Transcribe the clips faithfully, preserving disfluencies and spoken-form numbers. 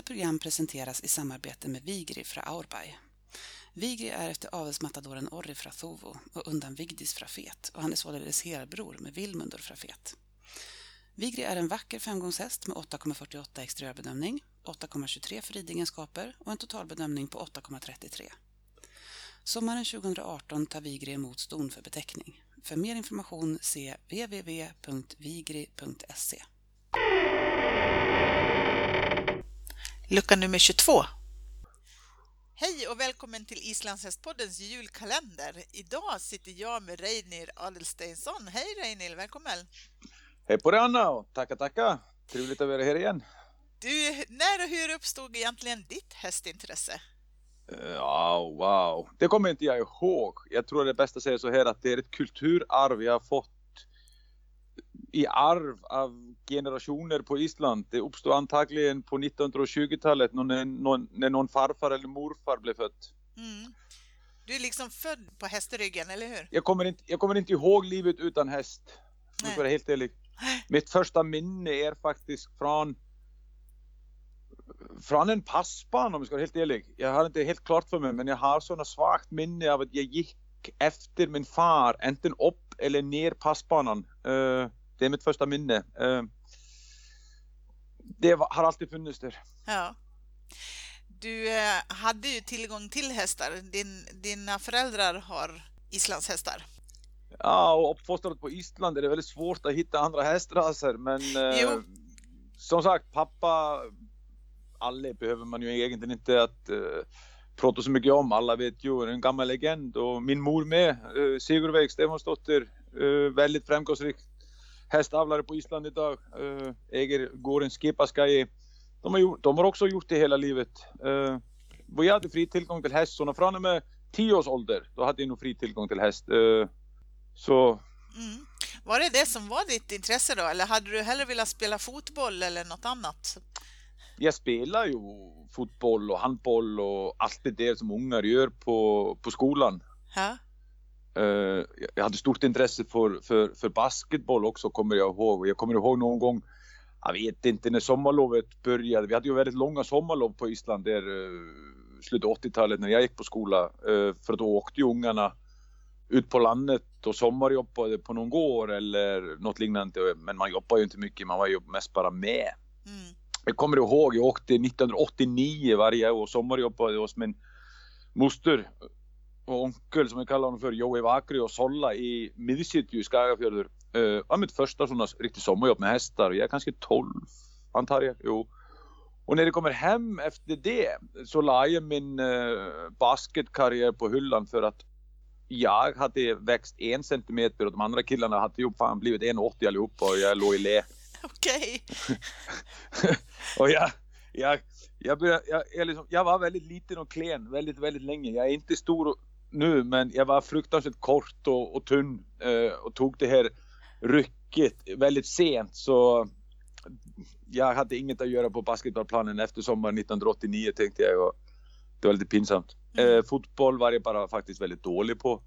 program presenteras i samarbete med Vigri fra Aurbay. Vigri är efter avelsmatadoren Orri fra Thovo och undan Vigdis fra Fet, och han är således helbror med Vilmundur fra Fet. Vigri är en vacker femgångshäst med åtta komma fyrtioåtta exteriörbedömning, åtta komma tjugotre för ridegenskaper och en totalbedömning på åtta komma trettiotre. Sommaren tjugohundraarton tar Vigri emot ston för beteckning. För mer information se w w w punkt vigri punkt se. Lucka nummer tjugotvå. Hej och välkommen till Islandshästpoddens julkalender. Idag sitter jag med Reynir Adelsteinsson. Hej Reynir, välkommen. Hej på dig Anna och tacka tacka. Trevligt att vara här igen. Du, när och hur uppstod egentligen ditt hästintresse? Ja, wow. Det kommer inte jag ihåg. Jag tror det är bäst att säga så här att det är ett kulturarv jag har fått i arv av generationer på Island. Det uppstod antagligen på nittonhundratjugotalet när någon, när någon farfar eller morfar blev född. Mm. Du är liksom född på hästryggen, eller hur? Jag kommer inte, jag kommer inte ihåg livet utan häst. Jag ska vara helt ärlig. Mitt första minne är faktiskt från från en passbana, om jag ska vara helt ärlig. Jag har inte helt klart för mig, men jag har sådana svagt minne av att jag gick efter min far, enten upp eller ner passbanan. Uh, det är mitt första minne. Uh, det var, har alltid funnits där. Ja. Du eh, hade ju tillgång till hästar. Din, dina föräldrar har islandshästar. Ja, och uppfostrat på Island är det väldigt svårt att hitta andra hästraser. Men uh, som sagt, pappa... Alla behöver man ju egentligen inte att uh, prata så mycket om. Alla vet ju, en gammal legend. Och min mor med, uh, Sigurveig Stefansdotter, uh, väldigt framgångsrik hästavlare på Island idag. Uh, äger gården Skipaskagi. De har, gjort, de har också gjort det hela livet. Uh, och jag hade fri tillgång till häst. Så när från och med tio års ålder, då hade jag nog fri tillgång till häst. Uh, så... Mm. Var det det som var ditt intresse då? Eller hade du hellre velat spela fotboll eller något annat? Jag spelar ju fotboll och handboll och allt det där som ungar gör på, på skolan. Ja. Uh, jag hade stort intresse för, för, för basketboll också, kommer jag ihåg. Jag kommer ihåg någon gång, jag vet inte, när sommarlovet började. Vi hade ju väldigt långa sommarlov på Island där uh, slutet av åttiotalet när jag gick på skola. Uh, för då åkte ju ungarna ut på landet och sommarjobbade på någon gård eller något liknande. Men man jobbade ju inte mycket, man var ju mest bara med. Mm. Jag kommer ihåg, jag åkte nittonhundraåttionio varje år, sommarjobbade hos min moster och onkel som jag kallar honom för, Joey Vakri och Solla i Midsitju i Skagafjörður. Uh, det var mitt första sådana riktigt sommarjobb med hästar. Jag är kanske tolv, antar jag. Jo. Och när det kommer hem efter det så la jag min uh, basketkarriär på hyllan för att jag hade växt en centimeter och de andra killarna hade ju fan blivit en komma åttio allihopa och jag låg i lä. Okej. Okay. och jag, jag, jag, började, jag, jag, liksom, jag var väldigt liten och klen väldigt, väldigt länge. Jag är inte stor nu, men jag var fruktansvärt kort och, och tunn eh, och tog det här rycket väldigt sent. Så jag hade inget att göra på basketbollplanen efter sommaren nittonhundraåttionio, tänkte jag. Och det var lite pinsamt. Mm. Eh, fotboll var jag bara faktiskt väldigt dålig på.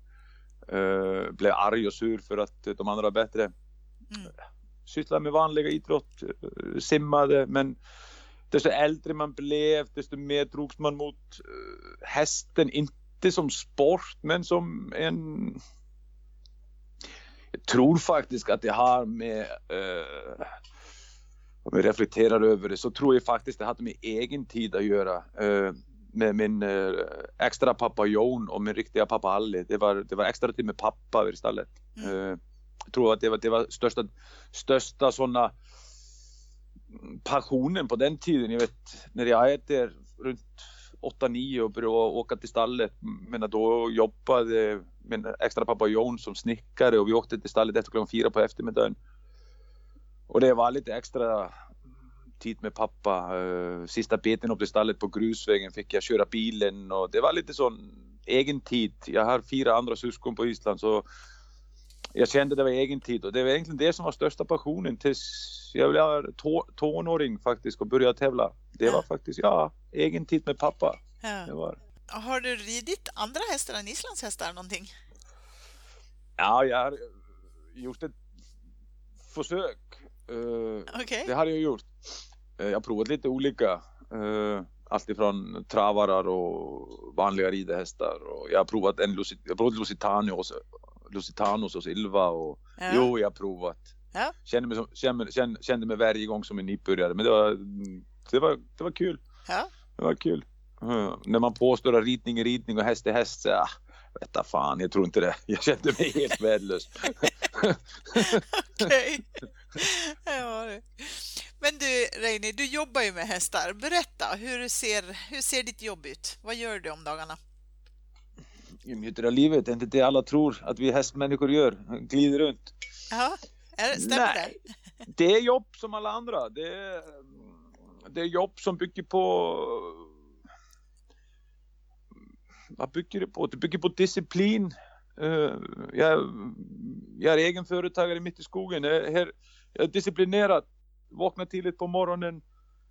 Eh, blev arg och sur för att de andra var bättre. Mm. Sysslade med vanliga idrott, simmade, men desto äldre man blev, desto mer drogs man mot uh, hästen, inte som sport, men som en... Jag tror faktiskt att det har med, uh, om jag reflekterar över det, så tror jag faktiskt det hade med egen tid att göra. Uh, med min uh, extra pappa Jon och min riktiga pappa Alli. Det var, det var extra tid med pappa i stallet. Mm. Uh, Jag tror att det var, det var största, största sådana passionen på den tiden. Jag vet, när jag är där runt åtta nio och började åka till stallet. Men då jobbade min extra pappa Jon som snickare och vi åkte till stallet efter klockan fyra på eftermiddagen. Och det var lite extra tid med pappa. Sista biten upp till stallet på grusvägen fick jag köra bilen och det var lite sån egen tid. Jag har fyra andra syskon på Island, så jag kände det var egen tid och det var egentligen det som var största passionen tills jag blev tå- tonåring faktiskt och började tävla. Det var faktiskt, ja, egen tid med pappa. Ja. Det var. Har du ridit andra hästar än islandshästar någonting? Ja, jag har gjort ett försök. Uh, okay. Det har jag gjort. Uh, jag har provat lite olika. Uh, allt ifrån travarar och vanliga ridhästar. Och jag har provat en Lusit- jag har provat Lusitanos, Lusitanos och Silva. Och, Ja. Jo, jag har provat. Ja. Kände mig, som, kände, kände, kände mig varje gång som en nybörjare. Men det var, det var, det var kul. Ja. Det var kul. Uh, när man påstår att ritning är ritning och häst är häst, så ja, vet fan, jag tror inte det. Jag kände mig helt värdelös. Okej. Ja, det. Men du, Reini, du jobbar ju med hästar. Berätta, hur ser, hur ser ditt jobb ut? Vad gör du om dagarna? I mitt livet är inte det alla tror att vi hästmänniskor gör. Glider runt. Ja, är, stämmer Nej, det? det är jobb som alla andra. Det är, det är jobb som bygger på... Vad bygger det på? Det bygger på disciplin. Uh, jag, jag är egen företagare mitt i skogen. Jag är, jag är disciplinerad. Vaknar tidigt på morgonen.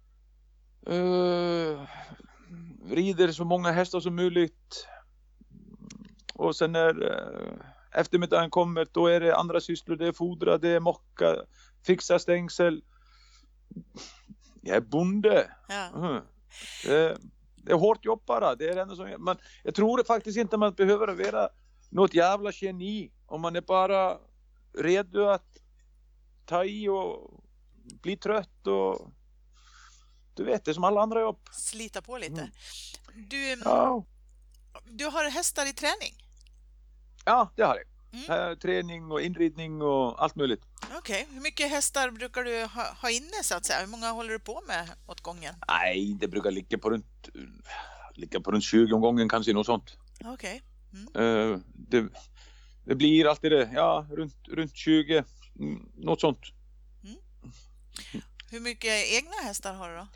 Uh, rider så många hästar som möjligt. Och sen när uh, eftermiddagen kommer, då är det andra sysslor. Det är fodra, det är mocka, fixa stängsel. Jag är bonde. Ja. Uh, det, det är hårt jobb bara. Det är det enda som man, jag tror faktiskt inte man behöver vara något jävla geni. Om man är bara redo att ta i och bli trött och du vet, det är som alla andra jobb. Slita på lite. Mm. Du, Ja. du har hästar i träning? Ja, det har jag. Mm. Äh, träning och inridning och allt möjligt. Okej, hur mycket hästar brukar du ha, ha inne så att säga? Hur många håller du på med åt gången? Nej, det brukar ligga på runt, ligga på runt tjugo om gången, kanske något sånt. Okej. Mm. Uh, det, det blir alltid det, ja, runt, runt tjugo, mm, något sånt. Hur mycket egna hästar har du då?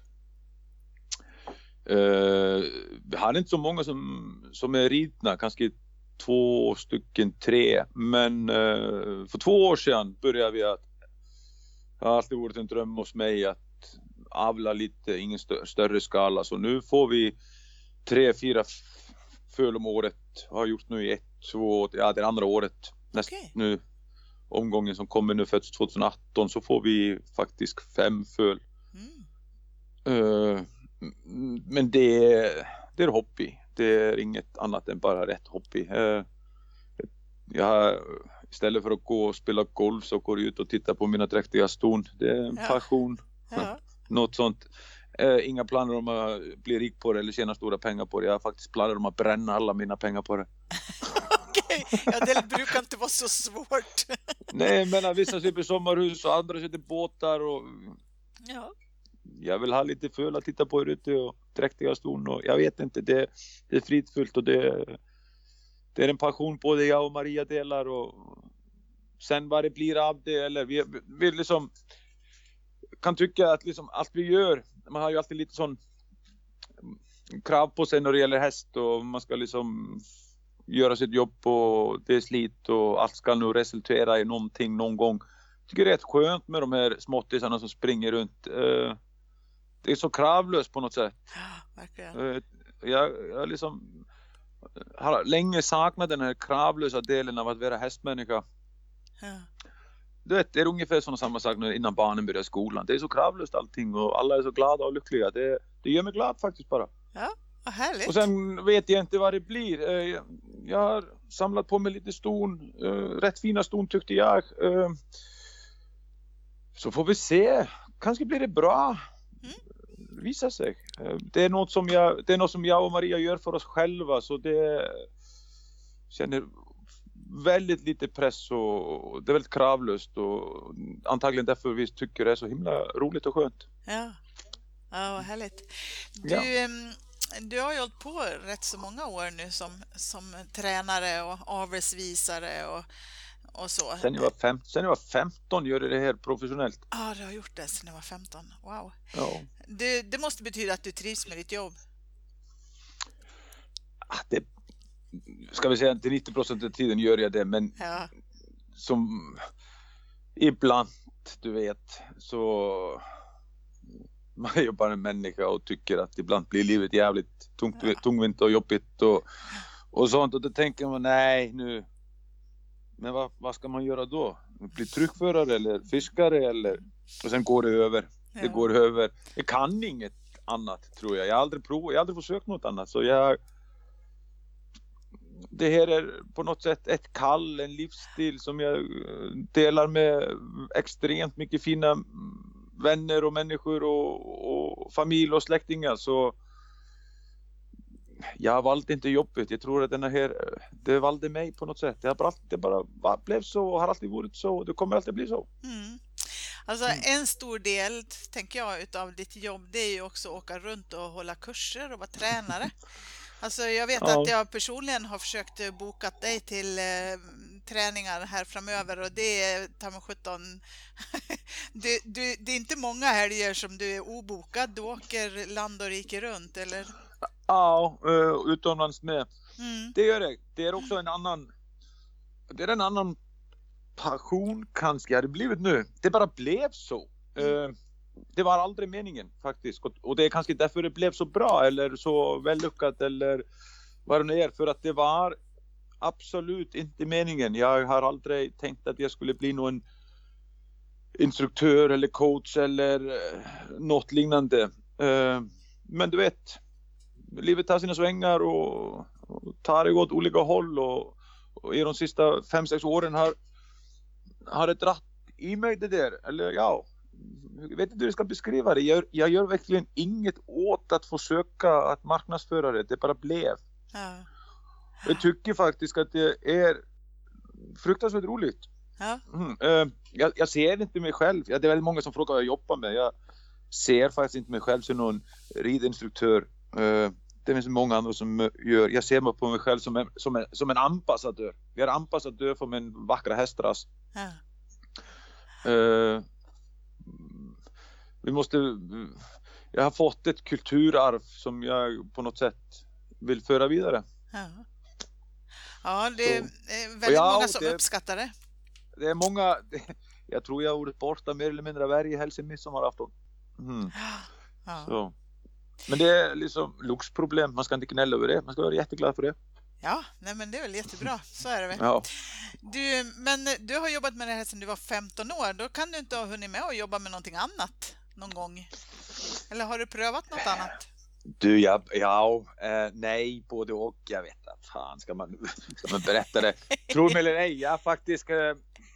Uh, vi har inte så många som, som är ridna, kanske två stycken, tre. Men uh, för två år sedan började vi att, det har alltid varit en dröm hos mig att avla lite, ingen stö- större skala. Så nu får vi tre, fyra f- föl om året. Har gjort nu i ett, två, ja det är andra året. Näst, Okej. nu omgången som kommer nu föds tjugoarton, så får vi faktiskt fem föl. Mm. Uh, men det är, det är hobby. Det är inget annat än bara rätt hobby. Uh, jag, istället för att gå och spela golf så går jag ut och tittar på mina dräktiga ston. Det är en Ja. passion. Ja. Något sånt. Uh, inga planer om att bli rik på det eller tjäna stora pengar på det. Jag har faktiskt planer om att bränna alla mina pengar på det. Okej, ja, det brukar inte vara så svårt. Nej, men vissa köper sommarhus och andra köper båtar och Ja. jag vill ha lite föl att titta på ute och dräktiga ston och jag vet inte, det, det är fridfullt och det, det är en passion både jag och Maria delar och sen vad det blir av det, eller vi, vi liksom kan tycka att liksom allt vi gör, man har ju alltid lite sån krav på sig när det gäller häst och man ska liksom göra sitt jobb och det är slit och allt ska nu resultera i någonting någon gång. Jag tycker det är rätt skönt med de här småttisarna som springer runt. Det är så kravlöst på något sätt. Ja, verkligen. Jag, jag liksom har länge saknat den här kravlösa delen av att vara hästmänniska. Ja. Du vet, det är ungefär sådana samma sak innan barnen börjar skolan. Det är så kravlöst allting och alla är så glada och lyckliga. Det, det gör mig glad faktiskt bara. Ja, vad härligt. Och sen vet jag inte vad det blir. Jag har samlat på mig lite ston. Rätt fina ston tyckte jag. Så får vi se. Kanske blir det bra. Visa sig. Det är något som jag, det är något som jag och Maria gör för oss själva. Så det känner väldigt lite press och det är väldigt kravlöst. Och antagligen därför vi tycker det är så himla roligt och skönt. Ja, ja vad härligt. Du... Ja. Du har ju hållit på rätt så många år nu som, som tränare och avelsvisare och, och så. Sen jag var fem, sen jag var femton gör det här professionellt. Ja, ah, du har gjort det sen jag var femton. Wow. Ja. Det, det måste betyda att du trivs med ditt jobb. Det, ska vi säga till nittio procent av tiden gör jag det, men Ja. som ibland, du vet, så man är ju bara en människa och tycker att ibland blir livet jävligt tungt, Ja. tungvint och jobbigt och, och sånt. Och då tänker man, nej nu, men vad, vad ska man göra då? Bli tryckförare eller fiskare eller, och sen går det över. Det Ja. går över. Jag kan inget annat, tror jag. Jag har aldrig provat, jag har aldrig försökt något annat. Så jag... Det här är på något sätt ett kall, en livsstil som jag delar med extremt mycket fina vänner och människor och, och familj och släktingar. Så jag valde inte jobbet. Jag tror att den här, det valde mig på något sätt. Det bara, det bara blev så och har alltid varit så. Och det kommer alltid bli så. Mm. Alltså en stor del, tänker jag, utav ditt jobb, det är ju också att åka runt och hålla kurser och vara tränare. Alltså jag vet Ja. att jag personligen har försökt boka dig till eh, träningar här framöver och det är ta mig sjutton. du, du, det är inte många helger som du är obokad. Du åker land och rike runt, eller? Ja, uh, utomlands med. Mm. Det gör det. Det är också en annan, det är en annan passion kanske det blivit nu. Det bara blev så. Mm. Uh, det var aldrig meningen faktiskt. Och det är kanske därför det blev så bra eller så vällyckat eller vad det nu är. För att det var absolut inte meningen. Jag har aldrig tänkt att jag skulle bli någon instruktör eller coach eller något liknande. Uh, men du vet, livet tar sina svängar och, och tar det åt olika håll. Och, och i de sista fem, sex åren har, har det dratt i mig det där. Eller ja... Jag vet inte hur jag ska beskriva det. Jag, jag gör verkligen inget åt att försöka att marknadsföra det. Det bara blev. Ja. Jag tycker faktiskt att det är fruktansvärt roligt. Ja. Mm. Uh, jag, jag ser inte mig själv. Det är väldigt många som frågar vad jag jobbar med. Jag ser faktiskt inte mig själv som någon ridinstruktör. Uh, det finns många andra som gör. Jag ser mig på mig själv som en, som en, som en ambassadör. Jag är ambassadör för min vackra hästras. Ja. Uh, Vi måste, jag har fått ett kulturarv som jag på något sätt vill föra vidare. Ja, ja det är Så. väldigt Ja, många som det, uppskattar det. Det är många, det, jag tror jag har varit borta mer eller mindre varje helg sedan midsommarafton. Mm. Ja. Så. Men det är liksom luxproblem, man ska inte gnälla över det, man ska vara jätteglad för det. Ja, nej men det är väl jättebra, så är det väl. Ja. Du, men du har jobbat med det här sedan du var femton år, då kan du inte ha hunnit med att jobba med någonting annat någon gång? Eller har du prövat något annat? Du, ja, ja eh, nej, både och, jag vet inte, fan ska man, ska man berätta det? Tror mig eller ej, jag faktiskt, eh,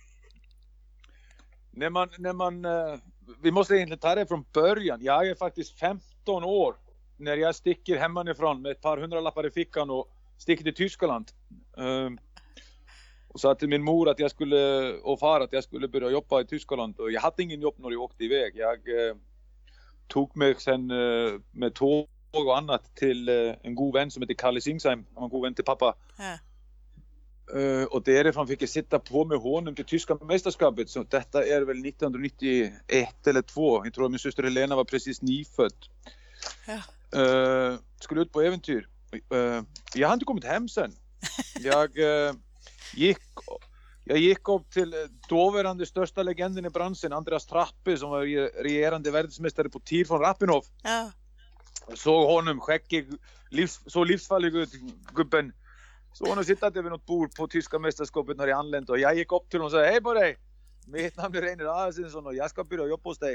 när man, när man, eh, vi måste egentligen ta det från början, jag är faktiskt femton år när jag sticker hemifrån med ett par hundralappar i fickan och sticker till Tyskland. Uh, och sa till min mor att jag skulle, och far att jag skulle börja jobba i Tyskland. Och jag hade ingen jobb när jag åkte iväg. Jag uh, tog mig sen uh, med tåg och annat till uh, en god vän som heter Kalle Singsheim. Han var en god vän till pappa. Ja. Uh, och därifrån fick jag sitta på med honom till tyska mästerskapet. Så detta är väl nittonhundranittioett eller två. Jag tror att min syster Helena var precis nyfödd. Ja. Uh, skulle ut på äventyr. Uh, jag har inte kommit hem sen. Jag, uh, gick, jag gick upp till dåvarande största legenden i branschen, Andreas Trappe, som var regerande världsmästare på tir från Rapinov. Ja. Jag såg honom, skäckig, livs, så livsfarlig ut, gubben. Så honom sittade över något bord på tyska mästerskapet när jag anlänt. Och jag gick upp till honom och sa, hej på dig! Mitt namn är Reiner Adelsson och jag ska börja jobba hos dig.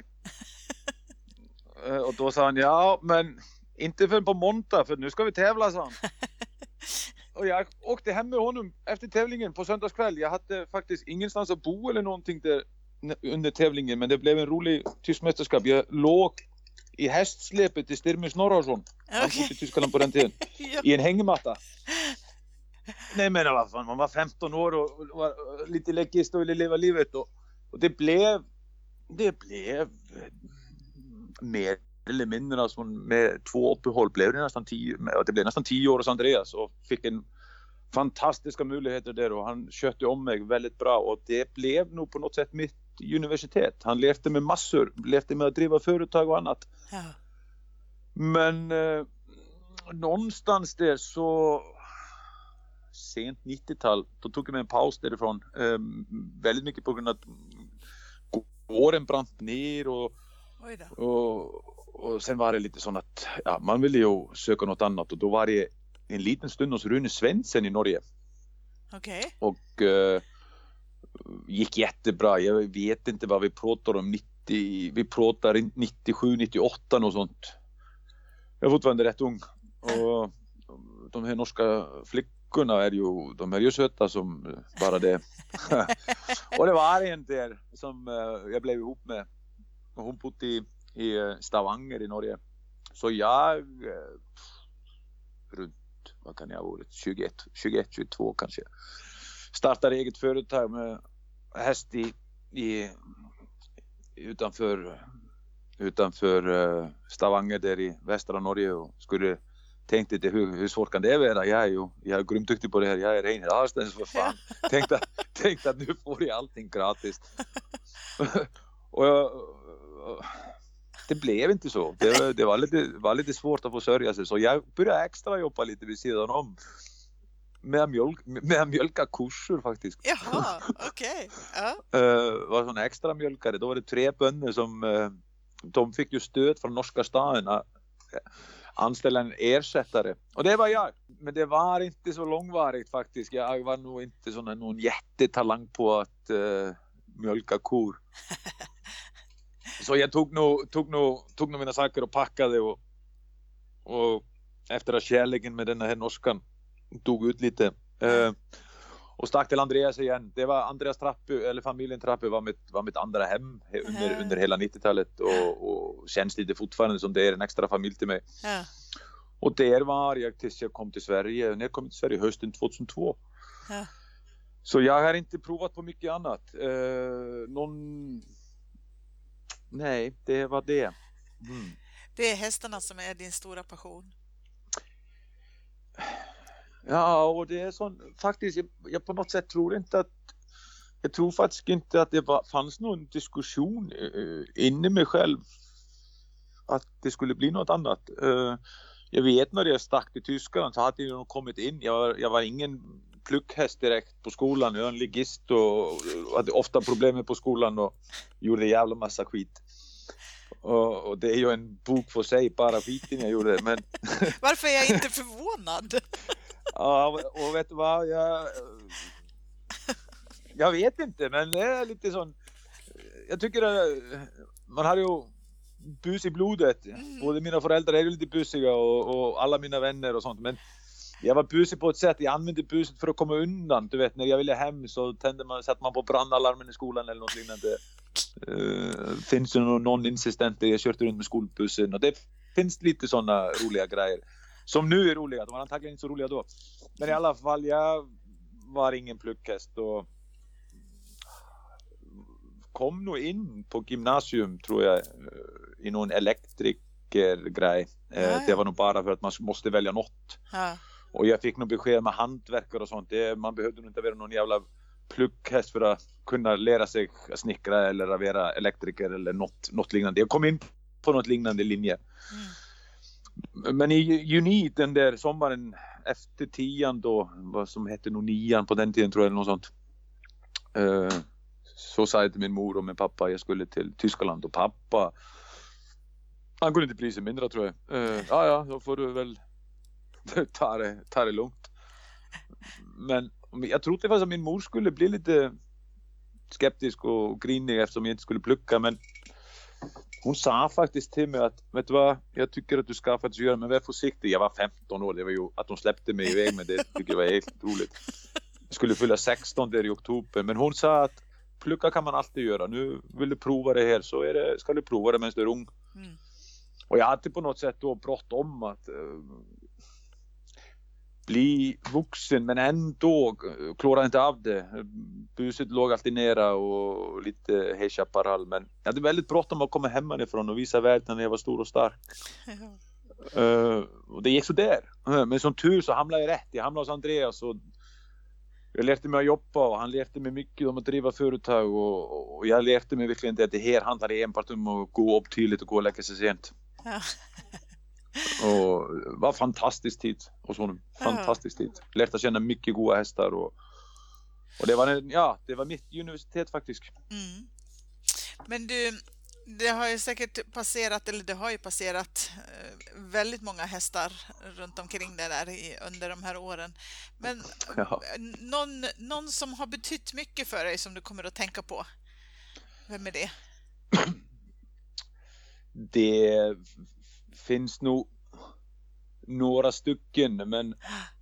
uh, och då sa han, ja men... Inte för på måndag, för nu ska vi tävla, sa han. Och jag åkte hem med honom efter tävlingen på söndagskväll. Jag hade faktiskt ingenstans att bo eller någonting där under tävlingen. Men det blev en rolig tysk mästerskap. Jag låg i hästsläpet i Stirmi Snorrason. Han okay. i Tyskland på den tiden. Ja. I en hängmatta. Nej men vad fan, man var femton år och, och var lite läckist och ville leva livet. Och, och det blev... Det blev... mer eller mindre alltså, med två uppehåll blev det nästan tio, det blev nästan tio år hos Andreas och fick en fantastiska möjligheter där och han skötte om mig väldigt bra och det blev nog på något sätt mitt universitet. Han levde med massor, levde med att driva företag och annat. Ja. Men eh, någonstans där så sent nittiotal, då tog jag mig en paus därifrån. Eh, väldigt mycket på grund av att gården brann ner och, och och sen var det lite sån att ja, man ville ju söka något annat och då var det en liten stund hos Rune Svensson i Norge. Okej. Okay. Och uh, gick jättebra. Jag vet inte vad vi pratar om nittio, vi pratar nittiosju nittioåtta och sånt. jag är fortfarande rätt ung. Och de här norska flickorna är ju, de är ju söta som bara det. Och det var en där som jag blev ihop med. Och hon bodde i, i Stavanger i Norge. Så jag runt, vad kan jag ha varit, tjugoett, tjugoett, tjugotvå kanske. Startade eget företag med häst i, i utanför utanför uh, Stavanger där i västra Norge och skulle tänkte det hur, hur svårt kan det vara? Jag är ju jag är grymt duktig på det här. Jag är Reiner Ahlstens för fan. tänkte tänkte att nu får jag allting gratis. och jag, det blev inte så. Det, det var lite var lite svårt att försörja sig så jag började extra jobba lite vid sidan om. Med mjölk med mjölka kossor faktiskt. Jaha, okej. Okay. Ja. Uh, var sån extra mjölkare. Då var det tre bönder som uh, de fick ju stöd från norska staden att anställa en ersättare. Och det var jag. Men det var inte så långvarigt faktiskt. Jag var nog inte sån här, någon jättetalang på att uh, mjölka kor. Så jag tog nog, tog nog, tog nog mina saker och packade och, och efter att kärleken med den här norskan tog ut lite uh, och stack till Andreas igen. Det var Andreas Trappö, eller familjen Trappö var mitt, var mitt andra hem under, uh. under hela nittiotalet och, och känns lite fortfarande som det är en extra familj till mig. Uh. Och där var jag tills jag kom till Sverige. När jag kom till Sverige hösten tjugohundratvå. Uh. Så jag har inte provat på mycket annat. Uh, någon... Nej, det var det. Mm. Det är hästarna som är din stora passion. Ja, och det är sån faktiskt jag, jag på något sätt tror inte att jag tror faktiskt inte att det var, fanns någon diskussion uh, inne i mig själv att det skulle bli något annat. Uh, jag vet när jag stack till Tyskland så hade jag nog kommit in. Jag var, jag var ingen plugghäst direkt på skolan. Jag var en ligist och, och hade ofta problem på skolan och gjorde jävla massa skit. Och, och det är ju en bok för sig, bara skiten jag gjorde. Men varför är jag inte förvånad? Ja, och vet du vad, jag, jag vet inte, men det är lite sån, jag tycker att man har ju bus i blodet, mm. både mina föräldrar är ju lite busiga och, och alla mina vänner och sånt, men jag var busig på ett sätt, jag använde buset för att komma undan, du vet, när jag ville hem så tände man, satt man på brandalarmen i skolan eller något liknande. Uh, finns det någon, någon insistent där jag körde runt med skolbussen och det finns lite sådana roliga grejer. Som nu är roliga, de var antagligen inte så roliga då. Men i alla fall, jag var ingen plugghäst och kom nog in på gymnasium, tror jag, i någon elektrikergrej. Ja, ja. Det var nog bara för att man måste välja något. Ja. Och jag fick nog besked med hantverkare och sånt. Det, man behövde nog inte vara någon jävla plugghäst för att kunna lära sig snickra eller vara elektriker eller något, något liknande. Jag kom in på något liknande linje. Mm. Men i juni den där sommaren efter tian då, vad som hette nog nian på den tiden tror jag eller något sånt. Uh, så sa jag till min mor och min pappa jag skulle till Tyskland och pappa han kunde inte bli sig mindre tror jag. Uh, ja ja, då får du väl ta det, ta det lugnt. Men jag trodde faktiskt att min mor skulle bli lite skeptisk och grinig eftersom jag inte skulle plugga, men hon sa faktiskt till mig att, vet du vad, jag tycker att du ska faktiskt göra, men var försiktig. Jag var femton år, det var ju att hon släppte mig iväg med det, tycker jag var helt roligt. Jag skulle fylla sexton där i oktober, men hon sa att plugga kan man alltid göra. Nu vill du prova det här, så är det, ska du prova det medan du är ung. Mm. Och jag hade på något sätt då bråttom att uh, bli vuxen, men ändå klarade inte av det. Buset låg alltid nere och lite hejchaparall, men jag hade väldigt bråttom att komma hemifrån och visa världen när jag var stor och stark. uh, och det gick så där. Uh, men som tur så hamnade jag rätt. Jag hamnade hos Andreas och jag lärde mig att jobba och han lärde mig mycket om att driva företag och, och jag lärde mig verkligen att det här handlade enbart om att gå upp tidigt och gå och lägga sig sent. Ja. Och det var fantastisk tid hos honom. Fantastisk tid. Lärde känna mycket goda hästar och, och det var en, ja, det var mitt universitet faktiskt. Mm. Men du, det har ju säkert passerat, eller det har ju passerat väldigt många hästar runt omkring det där i, under de här åren. Men ja. någon, någon som har betytt mycket för dig som du kommer att tänka på? Vem är det? Det finns nog några stycken, men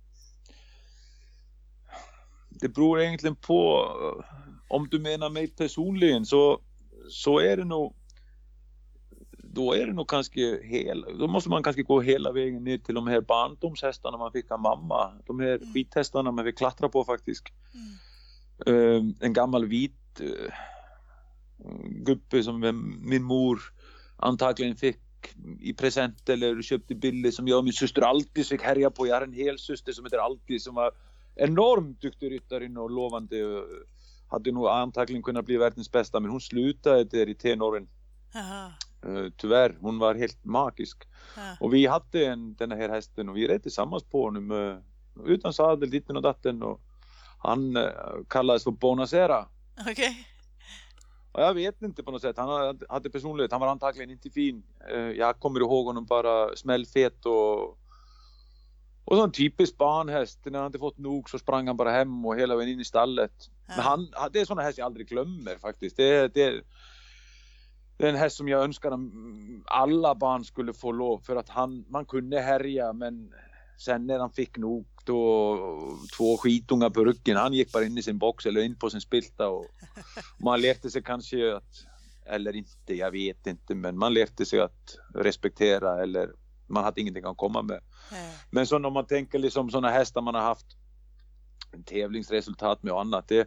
det beror egentligen på, om du menar mig personligen, så, så är det nog, då är det nog kanske hela, då måste man kanske gå hela vägen ner till de här barndomshästarna man fick av mamma, de här mm. skithästarna man fick klattra på faktiskt. Mm. Uh, en gammal vit uh, gubbe som min mor antagligen fick i present eller köpte bilder, som jag och min syster alltid fick härja på. Jag har en hel syster som heter Alltid, som var enormt duktig ryttarinne och lovande, och hade nog antagligen kunnat bli världens bästa, men hon slutade där i tenåren. Uh, tyvärr, hon var helt magisk. Aha. Och vi hade en, den här hästen, och vi red tillsammans på honom uh, utan sadel, ditten och datten, och han uh, kallades för Bonacera. Okej. Okay. Och jag vet inte på något sätt, han hade personlighet, han var antagligen inte fin. Uh, jag kommer ihåg honom bara smällfet och och så en typisk barnhäst. När han inte fått nog så sprang han bara hem och hela vägen in i stallet. Ja. Men han, det är såna häst jag aldrig glömmer faktiskt. Det, det, det är en häst som jag önskar att alla barn skulle få lov, för att han, man kunde härja, men sen när han fick nog då, två skitungar på ryggen, han gick bara in i sin box eller in på sin spilta, och man lärde sig kanske att, eller inte, jag vet inte, men man lärde sig att respektera, eller man hade ingenting att komma med. Mm. Men så när man tänker liksom sådana hästar man har haft tävlingsresultat med och annat, det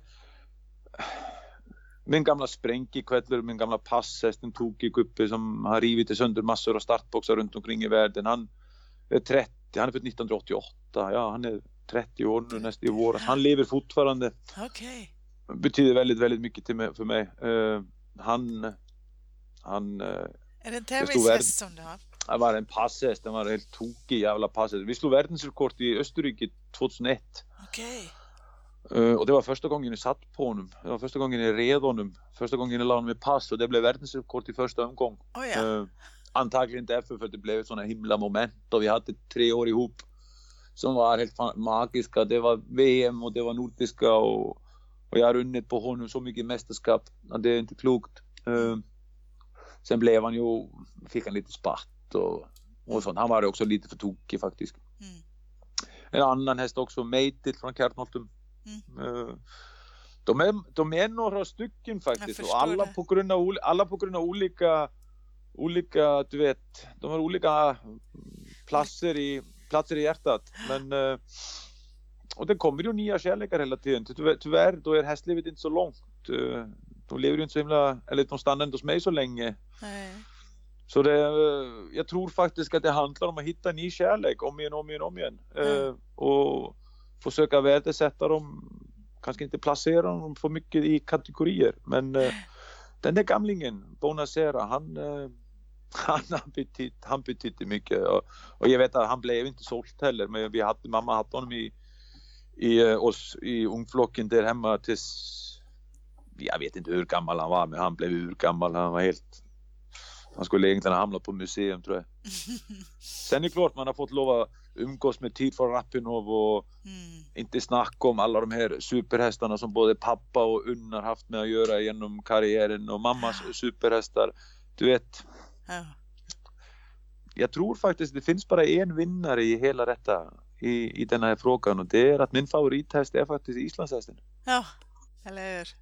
min gamla Spränkikvettler, min gamla passhäst, en tokig kuppe som har rivit i sönder massor av startboxar runt omkring i världen. Han är trettio, han är född nittonhundraåttioåtta, ja, han är trettio år nu nästa i våras. Han lever fortfarande. Okej. Okay. Betyder väldigt, väldigt mycket till mig, för mig. Uh, han, han... Uh, är det en tävlingshäst som du har? Det var en passhäst, den var en helt tokig jävla passhäst. Vi slog världsrekord i Österrike tjugohundraett. Okej. Okay. Uh, och det var första gången jag satt på honom. Det var första gången jag red honom. Första gången jag la honom i pass, och det blev världsrekord i första omgång. Oh, ja. uh, antagligen därför, för att det blev ett sådana himla moment. Och vi hade tre år ihop som var helt magiska. Det var V M och det var nordiska, och, och jag har runnit på honom så mycket mästerskap. Och det är inte klokt. Uh, sen blev han ju, fick han lite spatt. Och, och sånt. Han var också lite för tokig faktiskt. Mm. En annan häst också, Meitil från Kärnholten. Mm. Uh, de, är, de är några stycken faktiskt. Och alla på, grund av, alla på grund av olika, olika, du vet, de har olika platser i, platser i hjärtat. Men, uh, och det kommer ju nya kärlekar hela tiden. Tyvärr, tyvärr då är hästlivet inte så långt. Uh, de lever ju inte så himla, eller de stannar inte hos mig så länge. Nej. Så det, jag tror faktiskt att det handlar om att hitta ny kärlek om igen, om igen, om igen. Mm. Eh, och försöka värdesätta dem, kanske inte placera dem för mycket i kategorier. Men eh, den där gamlingen, Bonacera, han, eh, han har betytt, han betydde mycket. Och, och jag vet att han blev inte sålt heller, men vi hade, mamma hade honom i, i oss i ungflocken där hemma tills, jag vet inte hur gammal han var, men han blev urgammal, han var helt... Han skulle egentligen ha hamnat på museum, tror jag. Sen är det klart man har fått lov att umgås med Tid för Rapinov och mm. inte snacka om alla de här superhästarna som både pappa och Unnar haft med att göra genom karriären, och mammas superhästar. Du vet, ja. Jag tror faktiskt det finns bara en vinnare i hela detta, i, i den här frågan, och det är att min favorithäst är faktiskt islandshästen. Ja, eller hur?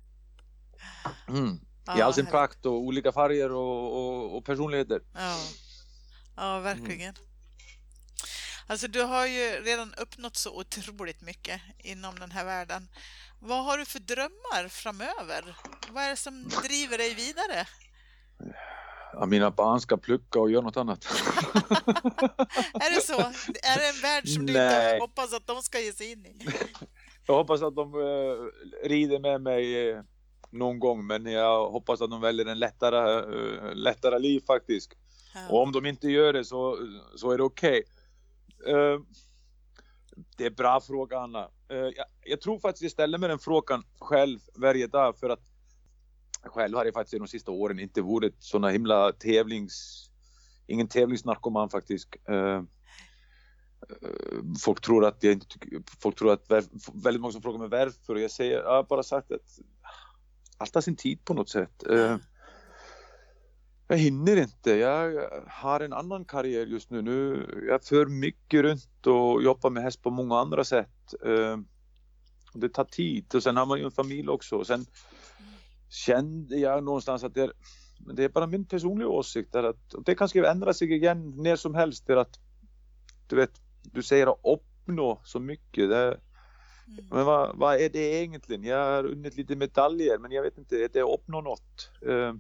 Mm. I all sin prakt och olika färger och, och, och personligheter. Ja, ja verkligen. Mm. Alltså du har ju redan uppnått så otroligt mycket inom den här världen. Vad har du för drömmar framöver? Vad är det som driver dig vidare? Ja, mina barn ska plugga och göra något annat. Är det så? Är det en värld som du inte hoppas att de ska ge sig in i? Jag hoppas att de uh, rider med mig uh, någon gång, men jag hoppas att de väljer en lättare, uh, lättare liv faktiskt. Ja. Och om de inte gör det så, så är det okej. Okay. Uh, det är bra fråga, Anna. Uh, jag, jag tror faktiskt jag ställer mig den frågan själv varje dag, för att själv har jag faktiskt i de sista åren inte varit såna himla tävlings... Ingen tävlingsnarkoman faktiskt. Uh, folk tror att jag inte tycker... Folk tror att... Väldigt många som frågar mig varför. Jag säger... Jag har bara sagt att... Allt har sin tid på något sätt. Uh, Jag hinner inte. Jag har en annan karriär just nu. nu jag för mycket runt och jobbar med häst på många andra sätt. Det tar tid och sen har man ju en familj också. Och sen kände jag någonstans att det är, det är bara min personliga åsikt. Att, och det kan skriva ändra sig igen när som helst. Det att, du vet, du säger att uppnå så mycket. Det, mm. Men vad, vad är det egentligen? Jag har vunnit lite medaljer men jag vet inte, är det att uppnå något? Uh,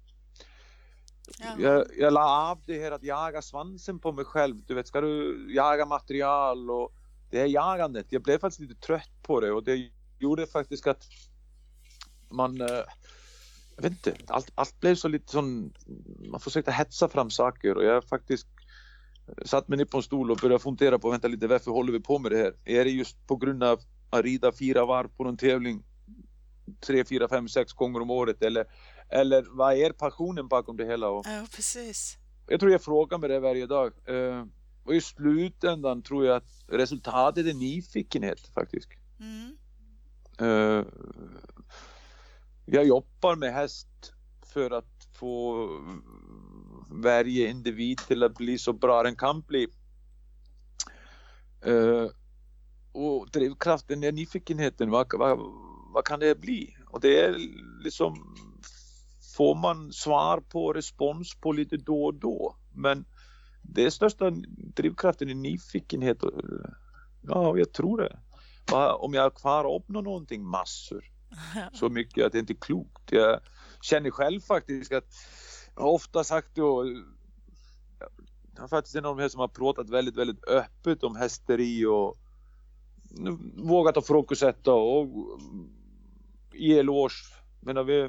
jag, jag la av det här att jaga svansen på mig själv. Du vet, ska du jaga material och det är jagandet. Jag blev faktiskt lite trött på det och det gjorde faktiskt att man, jag vet inte, allt, allt blev så lite sån, man försökte hetsa fram saker och jag faktiskt satt mig ner på en stol och började fundera på, vänta lite, varför håller vi på med det här? Är det just på grund av att rida fyra varv på en tävling tre, fyra, fem, sex gånger om året eller, eller vad är passionen bakom det hela? Och ja, precis. Jag tror jag frågar mig det varje dag. Och i slutändan tror jag att resultatet är nyfikenhet faktiskt. Mm. Uh, jag jobbar med häst för att få varje individ till att bli så bra den kan bli. Uh, och drivkraften är nyfikenheten. Vad, vad, vad kan det bli? Och det är liksom, får man svar på, respons på lite då och då. Men det största drivkraften är nyfikenhet. Ja, jag tror det. Om jag kvar uppnår någonting massor. Så mycket att det inte är klokt. Jag känner själv faktiskt att jag har ofta sagt då, jag är faktiskt en av de här som har pratat väldigt, väldigt öppet om hästeri och vågat att frågesätta och ge eloge. Men vi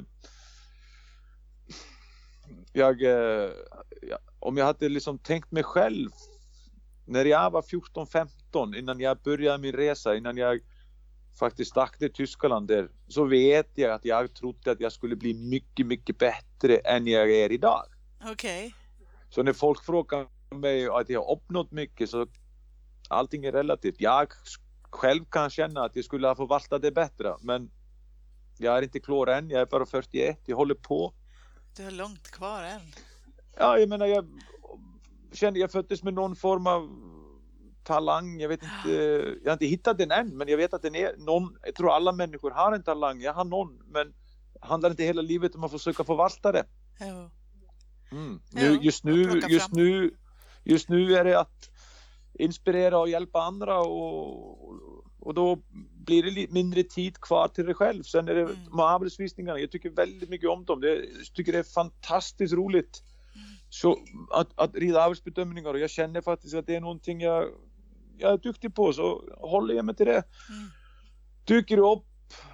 jag, jag om jag hade liksom tänkt mig själv när jag var fjorton femton innan jag började min resa, innan jag faktiskt stack till Tyskland där, så vet jag att jag trodde att jag skulle bli mycket, mycket bättre än jag är idag. Okej. Okay. Så när folk frågar mig att jag har uppnått mycket, så allting är relativt. Jag själv kan känna att jag skulle ha förvaltat det bättre, men jag är inte klar än, jag är bara fyrtioett, jag håller på. Du har långt kvar än. Ja, jag menar, jag kände jag föddes med någon form av talang. Jag vet inte, jag har inte hittat den än, men jag vet att den är någon. Jag tror alla människor har en talang. Jag har någon, men handlar inte hela livet om att försöka förvalta det. Jo. Mm. Nu, just nu, just nu, just nu är det att inspirera och hjälpa andra och, och då blir det mindre tid kvar till dig själv. Sen är det mm. med arbetsvisningarna. Jag tycker väldigt mycket om dem. Det, jag tycker det är fantastiskt roligt. Mm. Så att, att rida arbetsbedömningar, och jag känner faktiskt att det är någonting jag, jag är duktig på, så håller jag mig till det. Mm. Dyker upp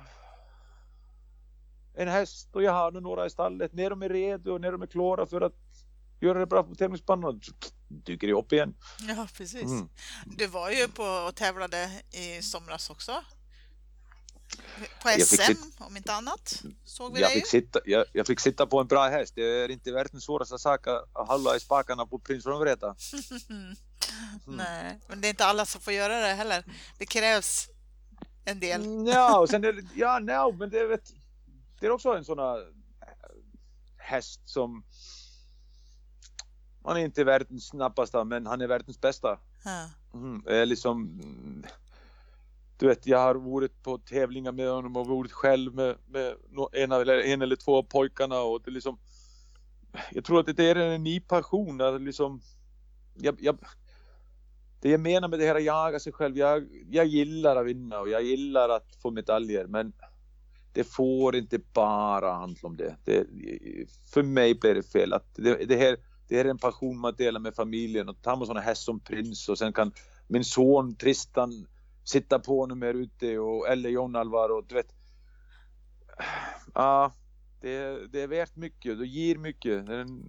en häst och jag har några i stallet, när de är redo och när de är klara för att göra det bra på tävlingsbanan, dyker det upp igen. Ja, precis. Mm. Du var ju på och tävlade i somras också. På S M, sitta, om inte annat. Såg vi jag, det fick sitta, jag, jag fick sitta på en bra häst. Det är inte världens svåraste sak att hålla i spakarna på Prins från Vreta. Mm. Nej, men det är inte alla som får göra det heller. Det krävs en del. Ja, och sen är det, ja, no, men det, vet, det är också en sån här häst som, han är inte världens snabbaste, men han är världens bästa. Mm, är liksom, du vet, jag har varit på tävlingar med honom och varit själv med, med en, eller, en eller två av pojkarna, och det liksom, jag tror att det är en ny passion. Att liksom, jag, jag, det jag menar med det här att jaga sig själv, jag, jag gillar att vinna och jag gillar att få medaljer, men det får inte bara handla om det. det för mig blir det fel. Att det, det, här, det här är en passion man delar med familjen, och tar man sådana häst som Prins, och sen kan min son Tristan sitta på honom här ute, och eller John Alvar, och du vet, ja, det, det är värt mycket, det ger mycket.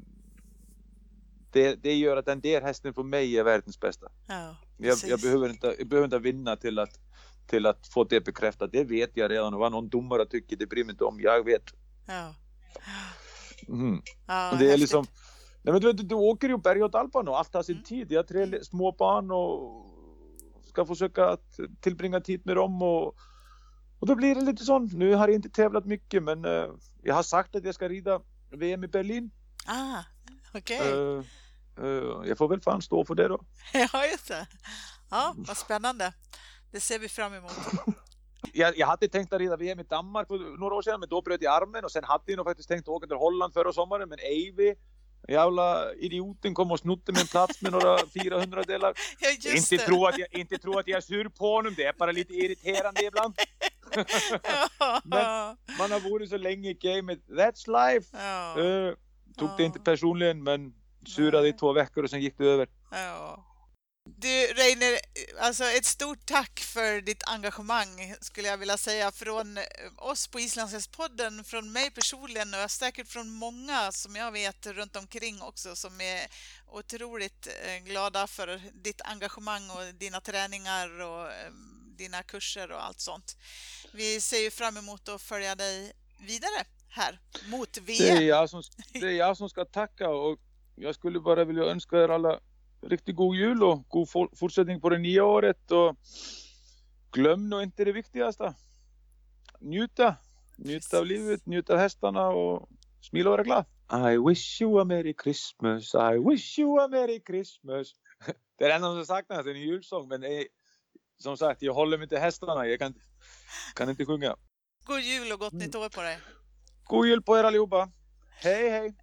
Det, det gör att den där hästen för mig är världens bästa. Ja, jag, jag, behöver inte, jag behöver inte vinna till att, till att få det bekräftat. Det vet jag redan, och vad någon domare tycker, det bryr mig inte om. Jag vet. Ja. Mm. Ja, det är liksom, nej, men du, du, du åker ju berg och dalbana och allt har sin mm. tid. Jag har tre små barn och ska försöka att tillbringa tid med dem, och, och då blir det lite sånt. Nu har jag inte tävlat mycket, men uh, jag har sagt att jag ska rida V M i Berlin. Ah, okej. Okay. Uh, uh, jag får väl fan stå för det då. Ja, just det. Ja, vad spännande. Det ser vi fram emot. Jag, jag hade tänkt att rida V M i Danmark för några år sedan, men då bröt jag armen. Och sen hade jag nog faktiskt tänkt att åka till Holland förra sommaren, men Eivy, jävla idioten, kom och snodde min plats med några fyrahundra delar. Ja, just inte, det. tro att jag, inte tro att jag är sur på honom, det är bara lite irriterande ibland. Ja. Men man har varit så länge i gamet. That's life. Ja. Uh, tog Ja. det inte personligen, men surade i två veckor och sen gick det över. Ja. Du, Reiner, alltså ett stort tack för ditt engagemang skulle jag vilja säga från oss på Islandshästpodden, från mig personligen och säkert från många som jag vet runt omkring också som är otroligt glada för ditt engagemang och dina träningar och dina kurser och allt sånt. Vi ser ju fram emot att följa dig vidare här mot V M. Det är jag som, det är jag som ska tacka, och jag skulle bara vilja önska er alla riktigt god jul och god fortsättning på det nya året, och glöm nog inte det viktigaste. Njuta. Njuta av livet, njuta av hästarna och smila och vara glad. I wish you a merry Christmas, I wish you a merry Christmas. Det är det enda som har sagt nästan, en julsång, men det är, som sagt, jag håller mig till hästarna, jag kan, kan inte sjunga. God jul och gott nytt år på dig. God jul på er allihopa. Hej hej.